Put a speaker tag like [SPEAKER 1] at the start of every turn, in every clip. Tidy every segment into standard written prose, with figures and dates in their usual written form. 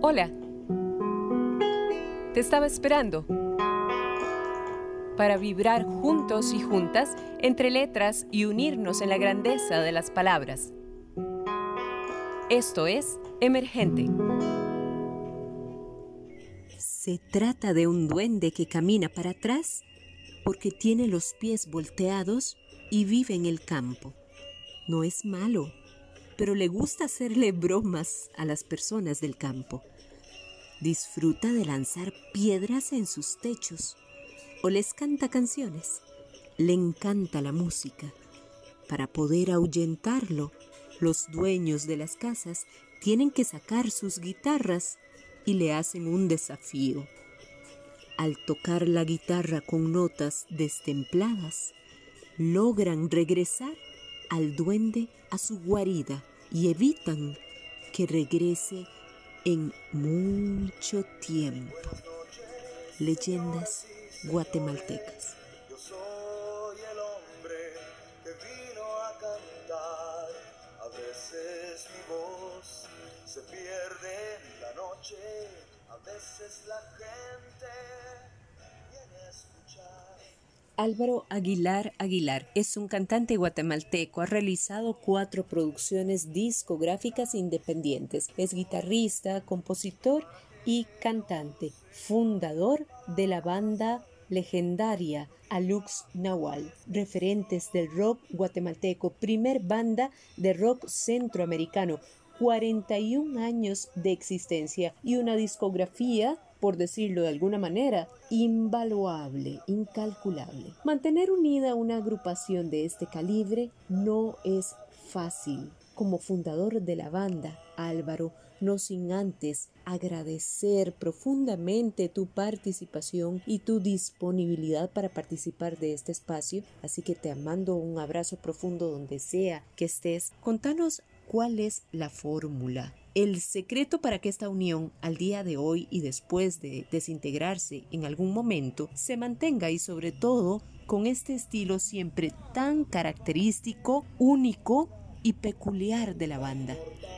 [SPEAKER 1] Hola, te estaba esperando para vibrar juntos y juntas entre letras y unirnos en la grandeza de las palabras. Esto es Emergente.
[SPEAKER 2] Se trata de un duende que camina para atrás porque tiene los pies volteados y vive en el campo. No es malo, pero le gusta hacerle bromas a las personas del campo. Disfruta de lanzar piedras en sus techos o les canta canciones. Le encanta la música. Para poder ahuyentarlo, los dueños de las casas tienen que sacar sus guitarras y le hacen un desafío. Al tocar la guitarra con notas destempladas, logran regresar al duende a su guarida y evitan que regrese en mucho tiempo. Leyendas guatemaltecas.
[SPEAKER 3] Yo soy el hombre que vino a cantar. A veces mi voz se pierde en la noche. A veces la gente viene a escuchar.
[SPEAKER 2] Álvaro Aguilar Aguilar es un cantante guatemalteco, ha realizado 4 producciones discográficas independientes, es guitarrista, compositor y cantante, fundador de la banda legendaria Alux Nahual, referentes del rock guatemalteco, primer banda de rock centroamericano, 41 años de existencia y una discografía, por decirlo de alguna manera, invaluable, incalculable. Mantener unida una agrupación de este calibre no es fácil. Como fundador de la banda, Álvaro, no sin antes agradecer profundamente tu participación y tu disponibilidad para participar de este espacio, así que te mando un abrazo profundo donde sea que estés. Contanos cuál es la fórmula, el secreto para que esta unión al día de hoy y después de desintegrarse en algún momento se mantenga y sobre todo con este estilo siempre tan característico, único y peculiar de la banda.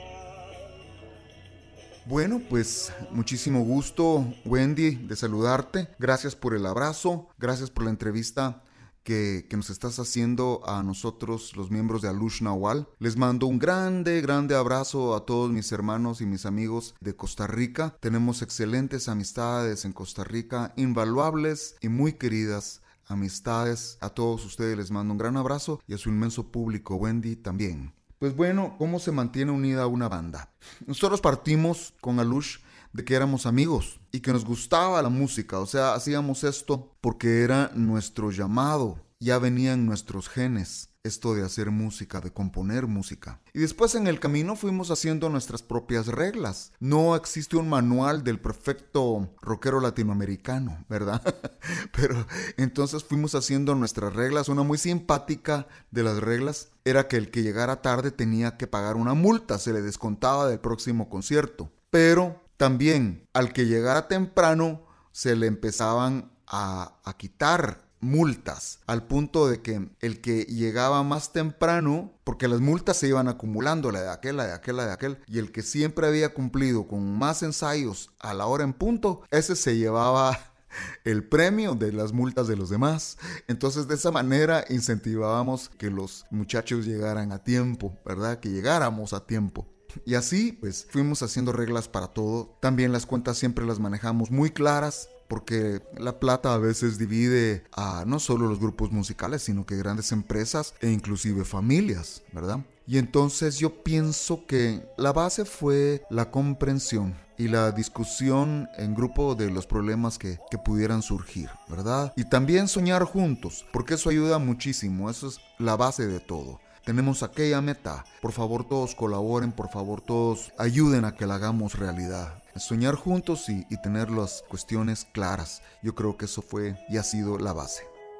[SPEAKER 4] Bueno, pues muchísimo gusto, Wendy, de saludarte. Gracias por el abrazo, gracias por la entrevista que nos estás haciendo a nosotros, los miembros de Alux Nahual. Les mando un grande abrazo a todos mis hermanos y mis amigos de Costa Rica. Tenemos excelentes amistades en Costa Rica, invaluables y muy queridas amistades. A todos ustedes les mando un gran abrazo y a su inmenso público, Wendy, también. Pues bueno, ¿cómo se mantiene unida una banda? Nosotros partimos con Alux de que éramos amigos y que nos gustaba la música, o sea, hacíamos esto porque era nuestro llamado, ya venía en nuestros genes, esto de hacer música, de componer música. Y después en el camino fuimos haciendo nuestras propias reglas. No existe un manual del perfecto rockero latinoamericano, ¿verdad? Pero entonces fuimos haciendo nuestras reglas. Una muy simpática de las reglas era que el que llegara tarde tenía que pagar una multa, se le descontaba del próximo concierto. Pero también al que llegara temprano se le empezaban a quitar multas, al punto de que el que llegaba más temprano, porque las multas se iban acumulando, la de aquel, y el que siempre había cumplido con más ensayos a la hora en punto, ese se llevaba el premio de las multas de los demás. Entonces de esa manera incentivábamos que los muchachos llegaran a tiempo, ¿verdad? Que llegáramos a tiempo. Y así, pues, fuimos haciendo reglas para todo. También las cuentas siempre las manejamos muy claras, porque la plata a veces divide a no solo los grupos musicales, sino que grandes empresas e inclusive familias, ¿verdad? Y entonces yo pienso que la base fue la comprensión y la discusión en grupo de los problemas que pudieran surgir, ¿verdad? Y también soñar juntos, porque eso ayuda muchísimo, eso es la base de todo. Tenemos aquella meta, por favor todos colaboren, por favor todos ayuden a que la hagamos realidad. Soñar juntos y tener las cuestiones claras. Yo creo que eso fue y ha sido la base.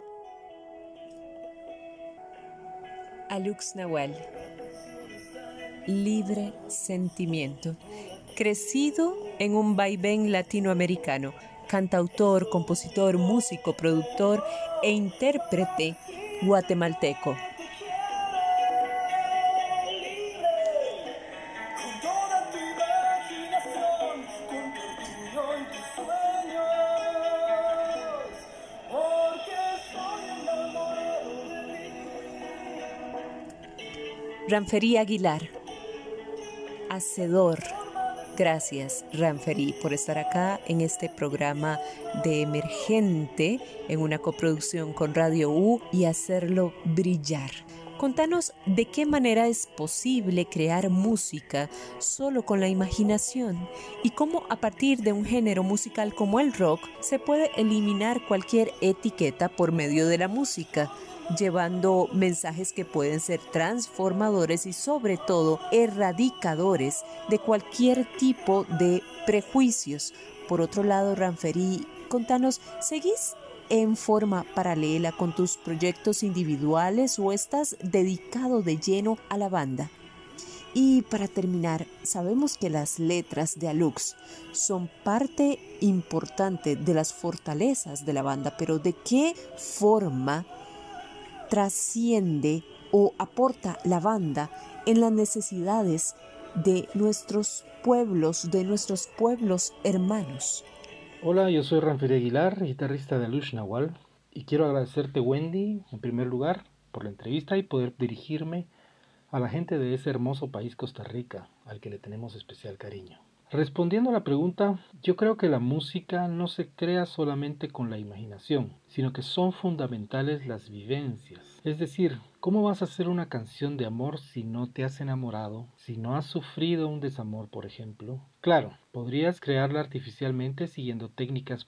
[SPEAKER 2] Alux Nahual. Libre sentimiento. Crecido en un vaivén latinoamericano. Cantautor, compositor, músico, productor e intérprete guatemalteco.
[SPEAKER 3] Con toda tu imaginación, con
[SPEAKER 2] Ranferí Aguilar, hacedor. Gracias, Ranferí, por estar acá en este programa de Emergente, en una coproducción con Radio U, y hacerlo brillar. Contanos de qué manera es posible crear música solo con la imaginación y cómo a partir de un género musical como el rock se puede eliminar cualquier etiqueta por medio de la música, llevando mensajes que pueden ser transformadores y sobre todo erradicadores de cualquier tipo de prejuicios. Por otro lado, Ranferí, contanos, ¿seguís en forma paralela con tus proyectos individuales o estás dedicado de lleno a la banda? Y para terminar, sabemos que las letras de Alux son parte importante de las fortalezas de la banda, pero ¿de qué forma trasciende o aporta la banda en las necesidades de nuestros pueblos hermanos?
[SPEAKER 5] Hola, yo soy Ranferí Aguilar, guitarrista de Alush Nahual, y quiero agradecerte, Wendy, en primer lugar, por la entrevista y poder dirigirme a la gente de ese hermoso país Costa Rica, al que le tenemos especial cariño. Respondiendo a la pregunta, yo creo que la música no se crea solamente con la imaginación, sino que son fundamentales las vivencias. Es decir, ¿cómo vas a hacer una canción de amor si no te has enamorado, si no has sufrido un desamor, por ejemplo? Claro, podrías crearla artificialmente siguiendo técnicas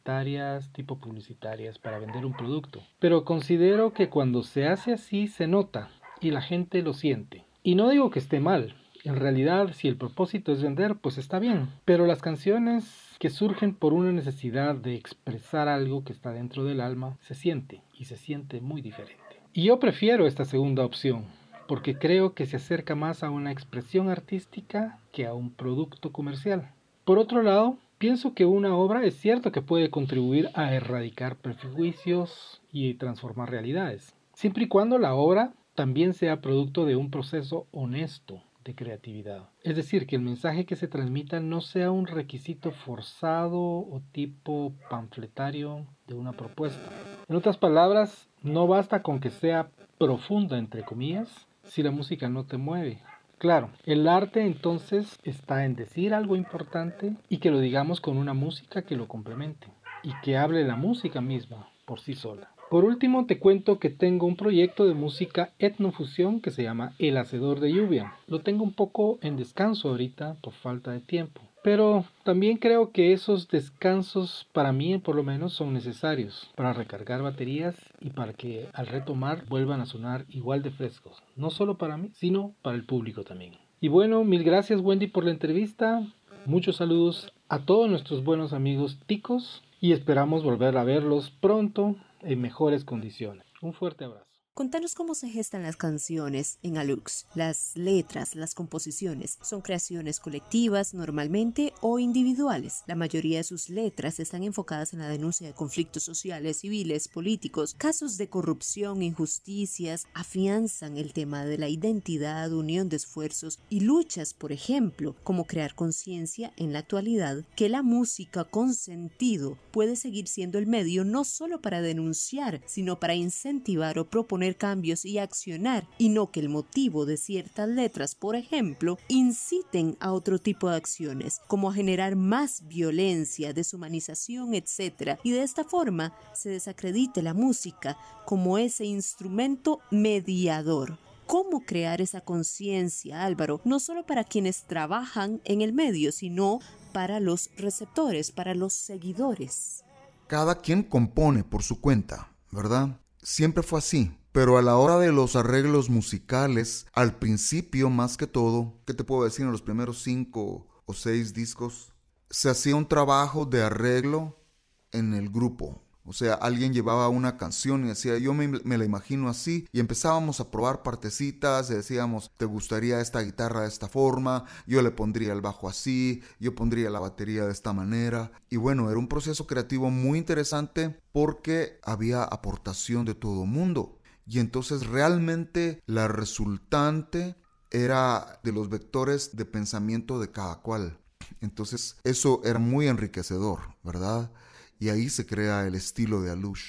[SPEAKER 5] tipo publicitarias para vender un producto, pero considero que cuando se hace así se nota y la gente lo siente. Y no digo que esté mal. En realidad, si el propósito es vender, pues está bien. Pero las canciones que surgen por una necesidad de expresar algo que está dentro del alma, se siente, y se siente muy diferente. Y yo prefiero esta segunda opción, porque creo que se acerca más a una expresión artística que a un producto comercial. Por otro lado, pienso que una obra es cierto que puede contribuir a erradicar prejuicios y transformar realidades, siempre y cuando la obra también sea producto de un proceso honesto de creatividad. Es decir, que el mensaje que se transmita no sea un requisito forzado o tipo panfletario de una propuesta. En otras palabras, no basta con que sea profunda, entre comillas, si la música no te mueve. Claro, el arte entonces está en decir algo importante y que lo digamos con una música que lo complemente y que hable la música misma por sí sola. Por último, te cuento que tengo un proyecto de música etnofusión que se llama El Hacedor de Lluvia. Lo tengo un poco en descanso ahorita por falta de tiempo. Pero también creo que esos descansos para mí por lo menos son necesarios para recargar baterías y para que al retomar vuelvan a sonar igual de frescos. No solo para mí, sino para el público también. Y bueno, mil gracias, Wendy, por la entrevista. Muchos saludos a todos nuestros buenos amigos ticos y esperamos volver a verlos pronto en mejores condiciones. Un fuerte abrazo.
[SPEAKER 2] Contanos cómo se gestan las canciones en Alux. Las letras, las composiciones, ¿son creaciones colectivas normalmente o individuales? La mayoría de sus letras están enfocadas en la denuncia de conflictos sociales, civiles, políticos, casos de corrupción, injusticias, afianzan el tema de la identidad, unión de esfuerzos y luchas, por ejemplo, como crear conciencia en la actualidad que la música con sentido puede seguir siendo el medio no solo para denunciar, sino para incentivar o proponer cambios y accionar, y no que el motivo de ciertas letras, por ejemplo, inciten a otro tipo de acciones, como a generar más violencia, deshumanización, etc. Y de esta forma se desacredite la música como ese instrumento mediador. ¿Cómo crear esa conciencia, Álvaro? No solo para quienes trabajan en el medio, sino para los receptores, para los seguidores.
[SPEAKER 4] Cada quien compone por su cuenta, ¿verdad? Siempre fue así. Pero a la hora de los arreglos musicales, al principio más que todo, ¿qué te puedo decir? En los primeros 5 o 6 discos, se hacía un trabajo de arreglo en el grupo. O sea, alguien llevaba una canción y decía, yo me la imagino así, y empezábamos a probar partecitas, y decíamos, ¿te gustaría esta guitarra de esta forma? Yo le pondría el bajo así, yo pondría la batería de esta manera. Y bueno, era un proceso creativo muy interesante porque había aportación de todo mundo. Y entonces realmente la resultante era de los vectores de pensamiento de cada cual. Entonces eso era muy enriquecedor, ¿verdad? Y ahí se crea el estilo de Alush.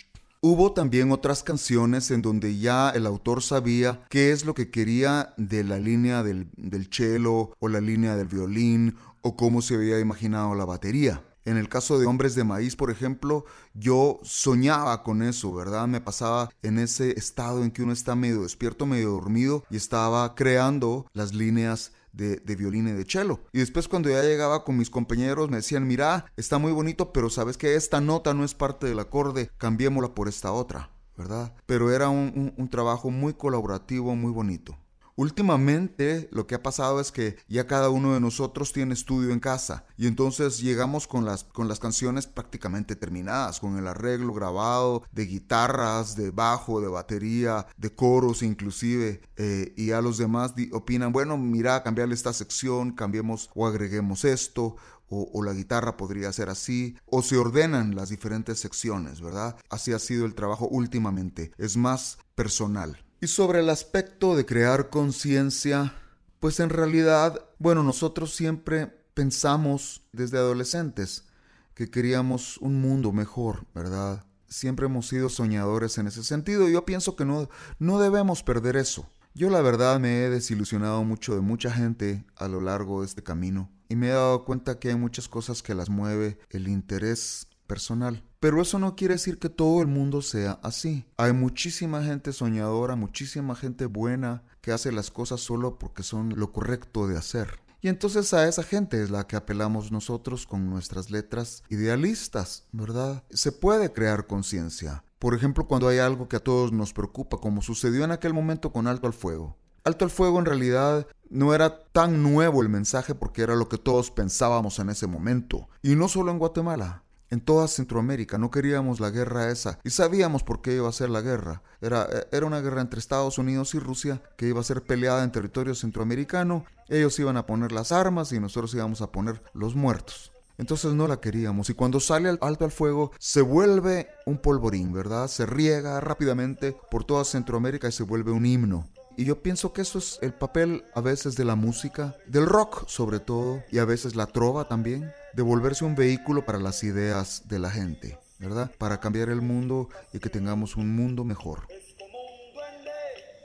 [SPEAKER 4] Hubo también otras canciones en donde ya el autor sabía qué es lo que quería de la línea del cello o la línea del violín o cómo se había imaginado la batería. En el caso de Hombres de Maíz, por ejemplo, yo soñaba con eso, ¿verdad? Me pasaba en ese estado en que uno está medio despierto, medio dormido y estaba creando las líneas de violín y de cello. Y después cuando ya llegaba con mis compañeros me decían, mira, está muy bonito, pero sabes que esta nota no es parte del acorde, cambiémosla por esta otra, ¿verdad? Pero era un trabajo muy colaborativo, muy bonito. Últimamente lo que ha pasado es que ya cada uno de nosotros tiene estudio en casa y entonces llegamos con las canciones prácticamente terminadas, con el arreglo grabado de guitarras, de bajo, de batería, de coros inclusive, y ya los demás opinan, bueno, mira, cambiarle esta sección, cambiemos o agreguemos esto, o la guitarra podría ser así, o se ordenan las diferentes secciones, ¿verdad? Así ha sido el trabajo últimamente, es más personal. Y sobre el aspecto de crear conciencia, pues en realidad, bueno, nosotros siempre pensamos desde adolescentes que queríamos un mundo mejor, ¿verdad? Siempre hemos sido soñadores en ese sentido y yo pienso que no debemos perder eso. Yo la verdad me he desilusionado mucho de mucha gente a lo largo de este camino y me he dado cuenta que hay muchas cosas que las mueve el interés personal. Pero eso no quiere decir que todo el mundo sea así. Hay muchísima gente soñadora, muchísima gente buena que hace las cosas solo porque son lo correcto de hacer. Y entonces a esa gente es la que apelamos nosotros con nuestras letras idealistas, ¿verdad? Se puede crear conciencia. Por ejemplo, cuando hay algo que a todos nos preocupa, como sucedió en aquel momento con Alto al Fuego. Alto al Fuego en realidad no era tan nuevo el mensaje porque era lo que todos pensábamos en ese momento. Y no solo en Guatemala. En toda Centroamérica no queríamos la guerra esa y sabíamos por qué iba a ser la guerra. Era una guerra entre Estados Unidos y Rusia que iba a ser peleada en territorio centroamericano. Ellos iban a poner las armas y nosotros íbamos a poner los muertos. Entonces no la queríamos y cuando sale Alto al Fuego se vuelve un polvorín, ¿verdad? Se riega rápidamente por toda Centroamérica y se vuelve un himno. Y yo pienso que eso es el papel a veces de la música, del rock sobre todo, y a veces la trova también, de volverse un vehículo para las ideas de la gente, ¿verdad? Para cambiar el mundo y que tengamos un mundo mejor.
[SPEAKER 3] Es como un duende,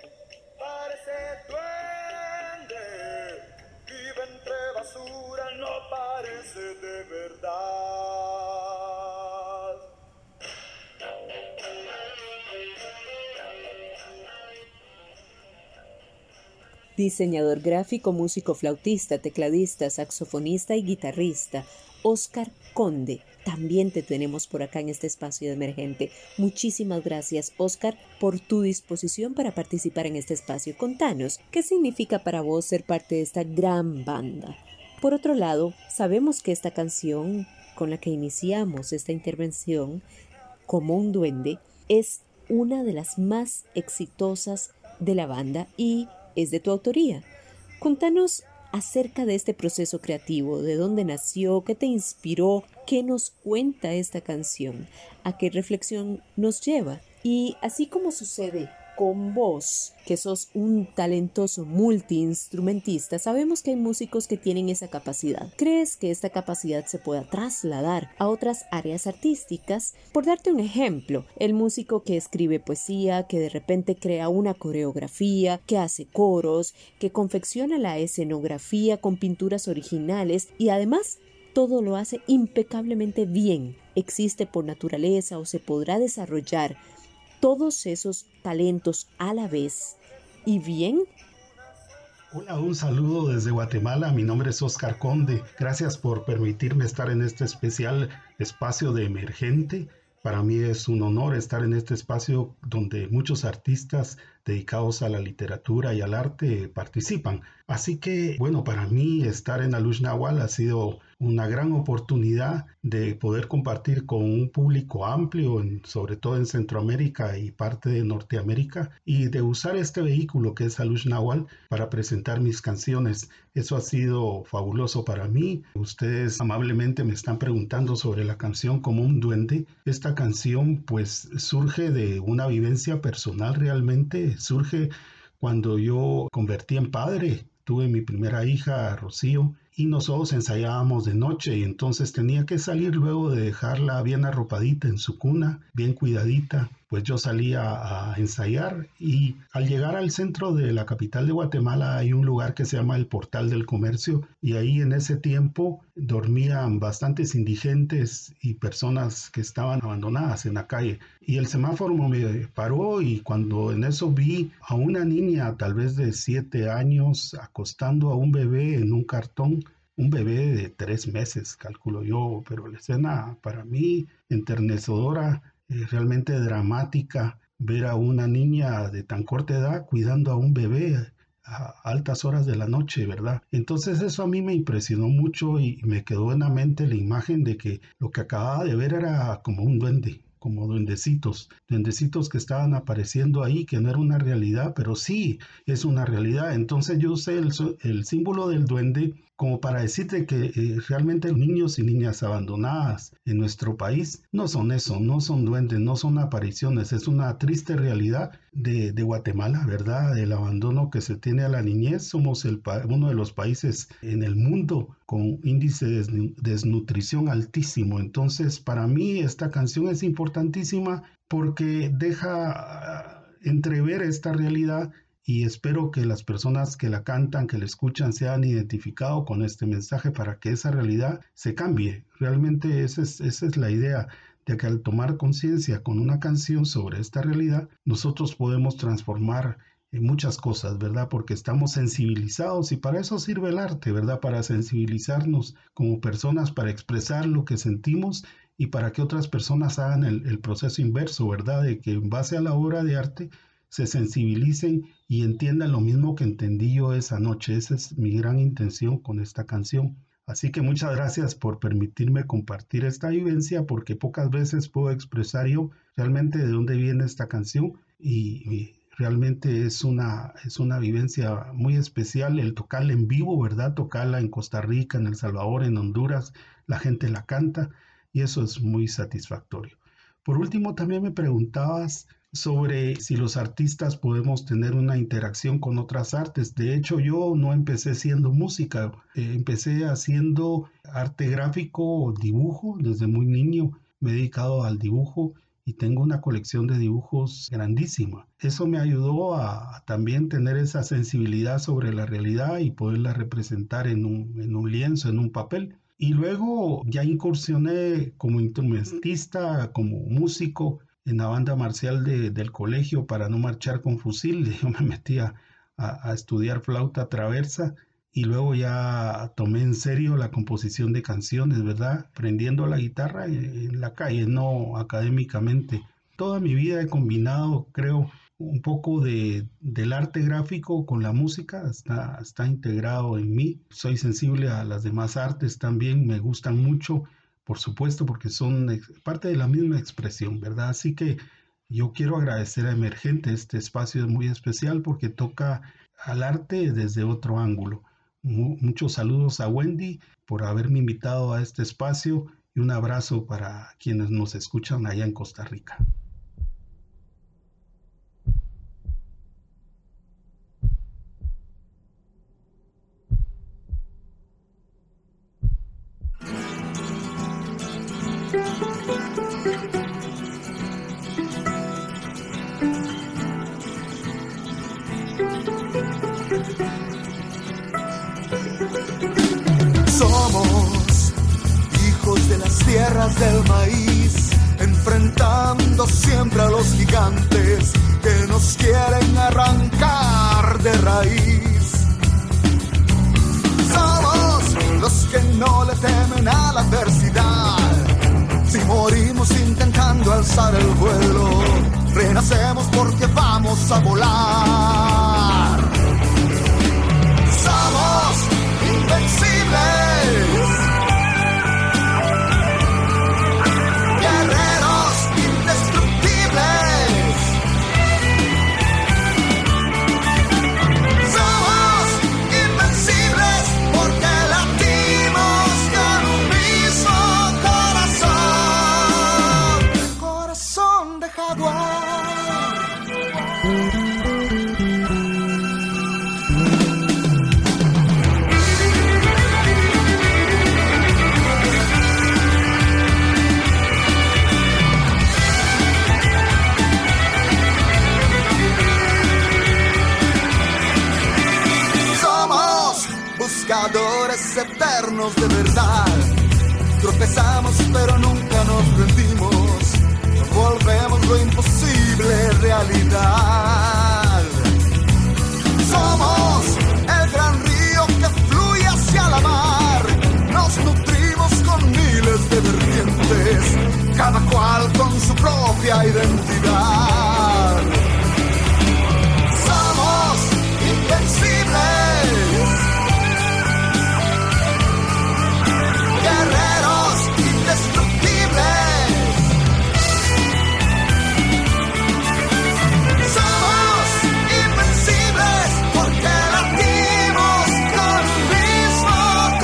[SPEAKER 3] parece duende, vive entre basura, no parece de verdad.
[SPEAKER 2] Diseñador gráfico, músico, flautista, tecladista, saxofonista y guitarrista, Óscar Conde. También te tenemos por acá en este espacio de Emergente. Muchísimas gracias, Óscar, por tu disposición para participar en este espacio. Contanos, ¿qué significa para vos ser parte de esta gran banda? Por otro lado, sabemos que esta canción con la que iniciamos esta intervención, Como un duende, es una de las más exitosas de la banda y es de tu autoría. Contanos acerca de este proceso creativo, de dónde nació, qué te inspiró, qué nos cuenta esta canción, a qué reflexión nos lleva. Y así como sucede con vos, que sos un talentoso multiinstrumentista, sabemos que hay músicos que tienen esa capacidad. ¿Crees que esta capacidad se pueda trasladar a otras áreas artísticas? Por darte un ejemplo, el músico que escribe poesía, que de repente crea una coreografía, que hace coros, que confecciona la escenografía con pinturas originales y además todo lo hace impecablemente bien. ¿Existe por naturaleza o se podrá desarrollar todos esos talentos a la vez y bien?
[SPEAKER 6] Hola, un saludo desde Guatemala. Mi nombre es Óscar Conde. Gracias por permitirme estar en este especial espacio de Emergente. Para mí es un honor estar en este espacio donde muchos artistas dedicados a la literatura y al arte participan. Así que, bueno, para mí estar en Alush Nahual ha sido una gran oportunidad de poder compartir con un público amplio, sobre todo en Centroamérica y parte de Norteamérica, y de usar este vehículo que es Alush Nahual para presentar mis canciones. Eso ha sido fabuloso para mí. Ustedes amablemente me están preguntando sobre la canción Como un duende. Esta canción pues surge de una vivencia personal realmente. Surge cuando yo convertí en padre. Tuve mi primera hija, Rocío, y nosotros ensayábamos de noche y entonces tenía que salir luego de dejarla bien arropadita en su cuna, bien cuidadita. pues yo salí a ensayar, y al llegar al centro de la capital de Guatemala hay un lugar que se llama el Portal del Comercio, y ahí en ese tiempo dormían bastantes indigentes y personas que estaban abandonadas en la calle. Y el semáforo me paró, y cuando en eso vi a una niña tal vez de 7 años acostando a un bebé en un cartón, un bebé de 3 meses, calculo yo, pero la escena para mí enternecedora, realmente dramática, ver a una niña de tan corta edad cuidando a un bebé a altas horas de la noche, ¿verdad? Entonces eso a mí me impresionó mucho, y me quedó en la mente la imagen de que lo que acababa de ver era como un duende, como duendecitos que estaban apareciendo ahí, que no era una realidad, pero sí es una realidad. Entonces yo usé el símbolo del duende como para decirte que realmente niños y niñas abandonadas en nuestro país no son eso, no son duendes, no son apariciones, es una triste realidad de Guatemala, ¿verdad? El abandono que se tiene a la niñez. Somos uno de los países en el mundo con índice de desnutrición altísimo. Entonces, para mí esta canción es importantísima porque deja entrever esta realidad, y espero que las personas que la cantan, que la escuchan, se han identificado con este mensaje para que esa realidad se cambie. Realmente esa es la idea, de que al tomar conciencia con una canción sobre esta realidad, nosotros podemos transformar muchas cosas, ¿verdad? Porque estamos sensibilizados, y para eso sirve el arte, ¿verdad? Para sensibilizarnos como personas, para expresar lo que sentimos, y para que otras personas hagan el proceso inverso, ¿verdad? De que en base a la obra de arte se sensibilicen y entiendan lo mismo que entendí yo esa noche. Esa es mi gran intención con esta canción. Así que muchas gracias por permitirme compartir esta vivencia, porque pocas veces puedo expresar yo realmente de dónde viene esta canción, y realmente es una vivencia muy especial el tocarla en vivo, ¿verdad? Tocarla en Costa Rica, en El Salvador, en Honduras, la gente la canta, y eso es muy satisfactorio. Por último, también me preguntabas sobre si los artistas podemos tener una interacción con otras artes. De hecho, yo no empecé siendo música, empecé haciendo arte gráfico o dibujo. Desde muy niño me he dedicado al dibujo y tengo una colección de dibujos grandísima. Eso me ayudó a también tener esa sensibilidad sobre la realidad y poderla representar en un lienzo, en un papel. Y luego ya incursioné como instrumentista, como músico, en la banda marcial del colegio para no marchar con fusil. Yo me metí a estudiar flauta traversa, y luego ya tomé en serio la composición de canciones, ¿verdad? Aprendiendo la guitarra en la calle, no académicamente. Toda mi vida he combinado, creo, un poco del arte gráfico con la música, está integrado en mí. Soy sensible a las demás artes también, me gustan mucho, por supuesto, porque son parte de la misma expresión, ¿verdad? Así que yo quiero agradecer a Emergente. Este espacio es muy especial porque toca al arte desde otro ángulo. Muchos saludos a Wendy por haberme invitado a este espacio, y un abrazo para quienes nos escuchan allá en Costa Rica.
[SPEAKER 3] Somos hijos de las tierras del maíz, enfrentando siempre a los gigantes que nos quieren arrancar de raíz. Somos los que no le temen a la adversidad. Si morimos intentando alzar el vuelo, renacemos porque vamos a volar. Somos invencibles, guerreros indestructibles. Somos invencibles porque latimos con un mismo corazón, corazón de jaguar. amores eternos de verdad. Tropezamos pero nunca nos rendimos, volvemos lo imposible realidad. Somos el gran río que fluye hacia la mar, nos nutrimos con miles de vertientes, cada cual con su propia identidad. Somos invencibles, guerreros indestructibles. Somos invencibles porque latimos con el mismo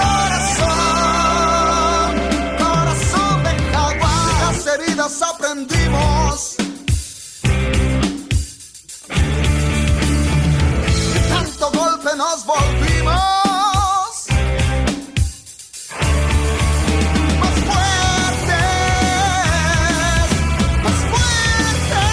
[SPEAKER 3] corazón, corazón de jaguar. De las heridas aprendimos, de tanto golpe nos volvimos más fuertes, más fuertes.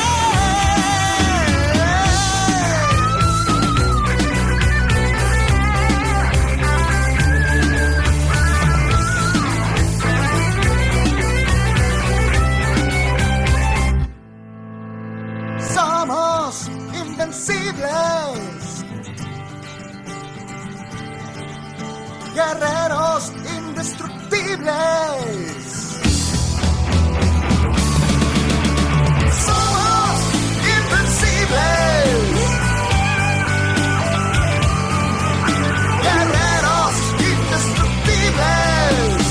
[SPEAKER 3] Somos invencibles, guerreros indestructibles. Somos invencibles, guerreros indestructibles.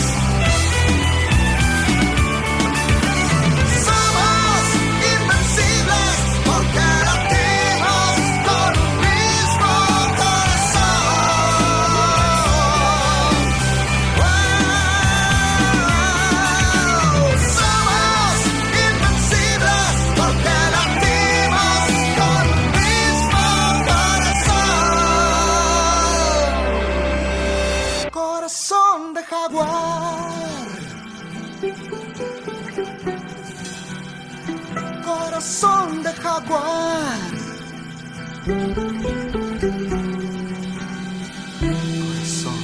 [SPEAKER 3] Somos invencibles porque latimos con el mismo corazón. Somos invencibles porque latimos con el mismo corazón. Corazón de jaguar, corazón de jaguar, corazón.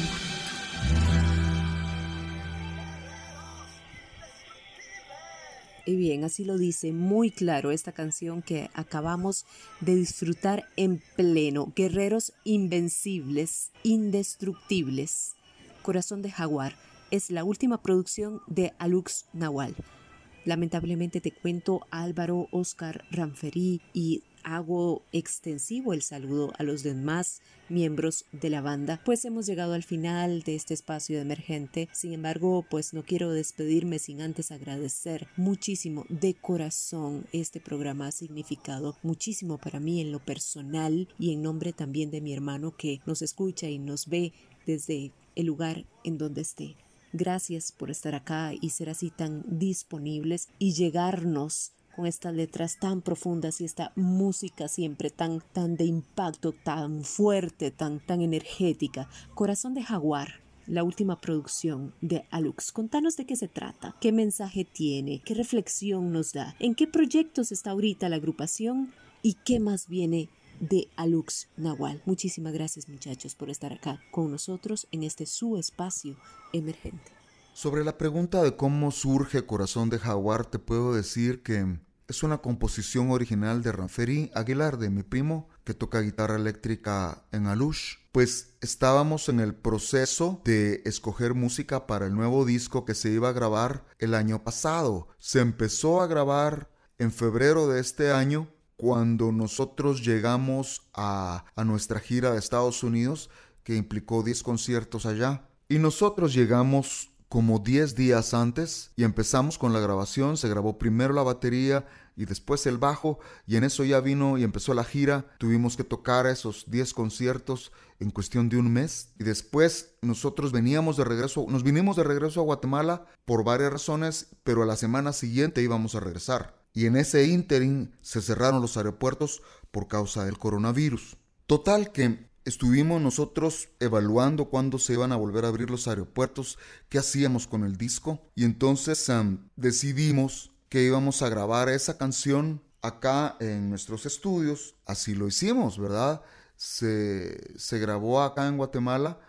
[SPEAKER 2] Y bien, así lo dice muy claro esta canción que acabamos de disfrutar en pleno. Guerreros invencibles, indestructibles. Corazón de jaguar es la última producción de Alux Nahual. Lamentablemente te cuento, Álvaro, Oscar, Ranferí, y hago extensivo el saludo a los demás miembros de la banda, pues hemos llegado al final de este espacio de Emergente. Sin embargo, pues no quiero despedirme sin antes agradecer muchísimo de corazón. Este programa ha significado muchísimo para mí en lo personal y en nombre también de mi hermano que nos escucha y nos ve desde el lugar en donde esté. Gracias por estar acá y ser así tan disponibles y llegarnos con estas letras tan profundas y esta música siempre tan de impacto, tan fuerte, tan energética. Corazón de jaguar, la última producción de Alux. Contanos de qué se trata, qué mensaje tiene, qué reflexión nos da, en qué proyectos está ahorita la agrupación y qué más viene de Alux Nahual. Muchísimas gracias, muchachos, por estar acá con nosotros en este su espacio Emergente.
[SPEAKER 4] Sobre la pregunta de cómo surge Corazón de Jaguar, te puedo decir que es una composición original de Ranferí Aguilar, de mi primo, que toca guitarra eléctrica en Alush. Pues estábamos en el proceso de escoger música para el nuevo disco que se iba a grabar el año pasado. Se empezó a grabar en febrero de este año, cuando nosotros llegamos a nuestra gira de Estados Unidos, que implicó 10 conciertos allá. Y nosotros llegamos como 10 días antes y empezamos con la grabación. Se grabó primero la batería y después el bajo, y en eso ya vino y empezó la gira. Tuvimos que tocar esos 10 conciertos en cuestión de un mes, y después nosotros nos vinimos de regreso a Guatemala por varias razones, pero a la semana siguiente íbamos a regresar. Y en ese ínterin se cerraron los aeropuertos por causa del coronavirus. Total que estuvimos nosotros evaluando cuándo se iban a volver a abrir los aeropuertos, qué hacíamos con el disco, y entonces decidimos que íbamos a grabar esa canción acá en nuestros estudios. Así lo hicimos, ¿verdad? Se grabó acá en Guatemala.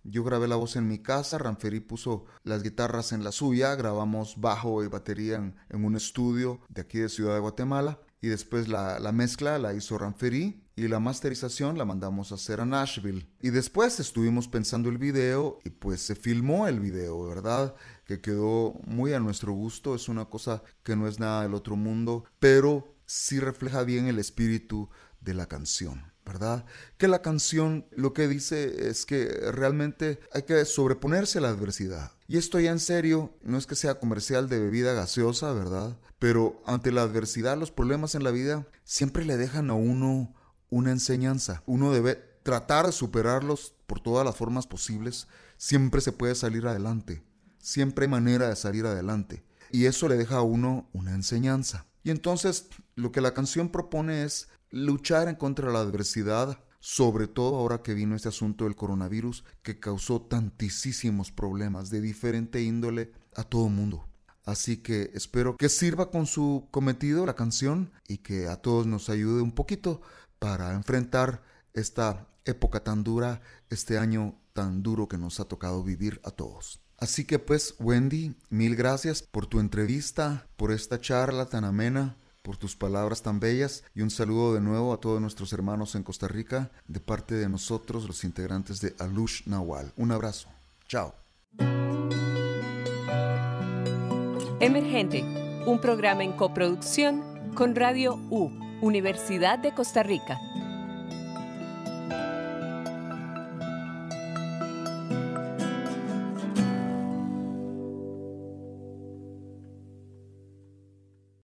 [SPEAKER 4] Yo grabé la voz en mi casa, Ranferi puso las guitarras en la suya, grabamos bajo y batería en un estudio de aquí de Ciudad de Guatemala. Y después la mezcla la hizo Ranferi y la masterización la mandamos a hacer a Nashville. Y después estuvimos pensando el video y pues se filmó el video, ¿verdad? Que quedó muy a nuestro gusto. Es una cosa que no es nada del otro mundo, pero sí refleja bien el espíritu de la canción, ¿verdad? Que la canción lo que dice es que realmente hay que sobreponerse a la adversidad. Y esto ya en serio, no es que sea comercial de bebida gaseosa, ¿verdad? Pero ante la adversidad, los problemas en la vida siempre le dejan a uno una enseñanza. Uno debe tratar de superarlos por todas las formas posibles. Siempre se puede salir adelante. Siempre hay manera de salir adelante. Y eso le deja a uno una enseñanza. Y entonces lo que la canción propone es luchar en contra de la adversidad, sobre todo ahora que vino este asunto del coronavirus que causó tantísimos problemas de diferente índole a todo mundo. Así que espero que sirva con su cometido la canción y que a todos nos ayude un poquito para enfrentar esta época tan dura, este año tan duro que nos ha tocado vivir a todos. Así que pues, Wendy, mil gracias por tu entrevista, por esta charla tan amena, por tus palabras tan bellas y un saludo de nuevo a todos nuestros hermanos en Costa Rica de parte de nosotros, los integrantes de Alush Nahual. Un abrazo. Chao.
[SPEAKER 1] Emergente, un programa en coproducción con Radio U, Universidad de Costa Rica.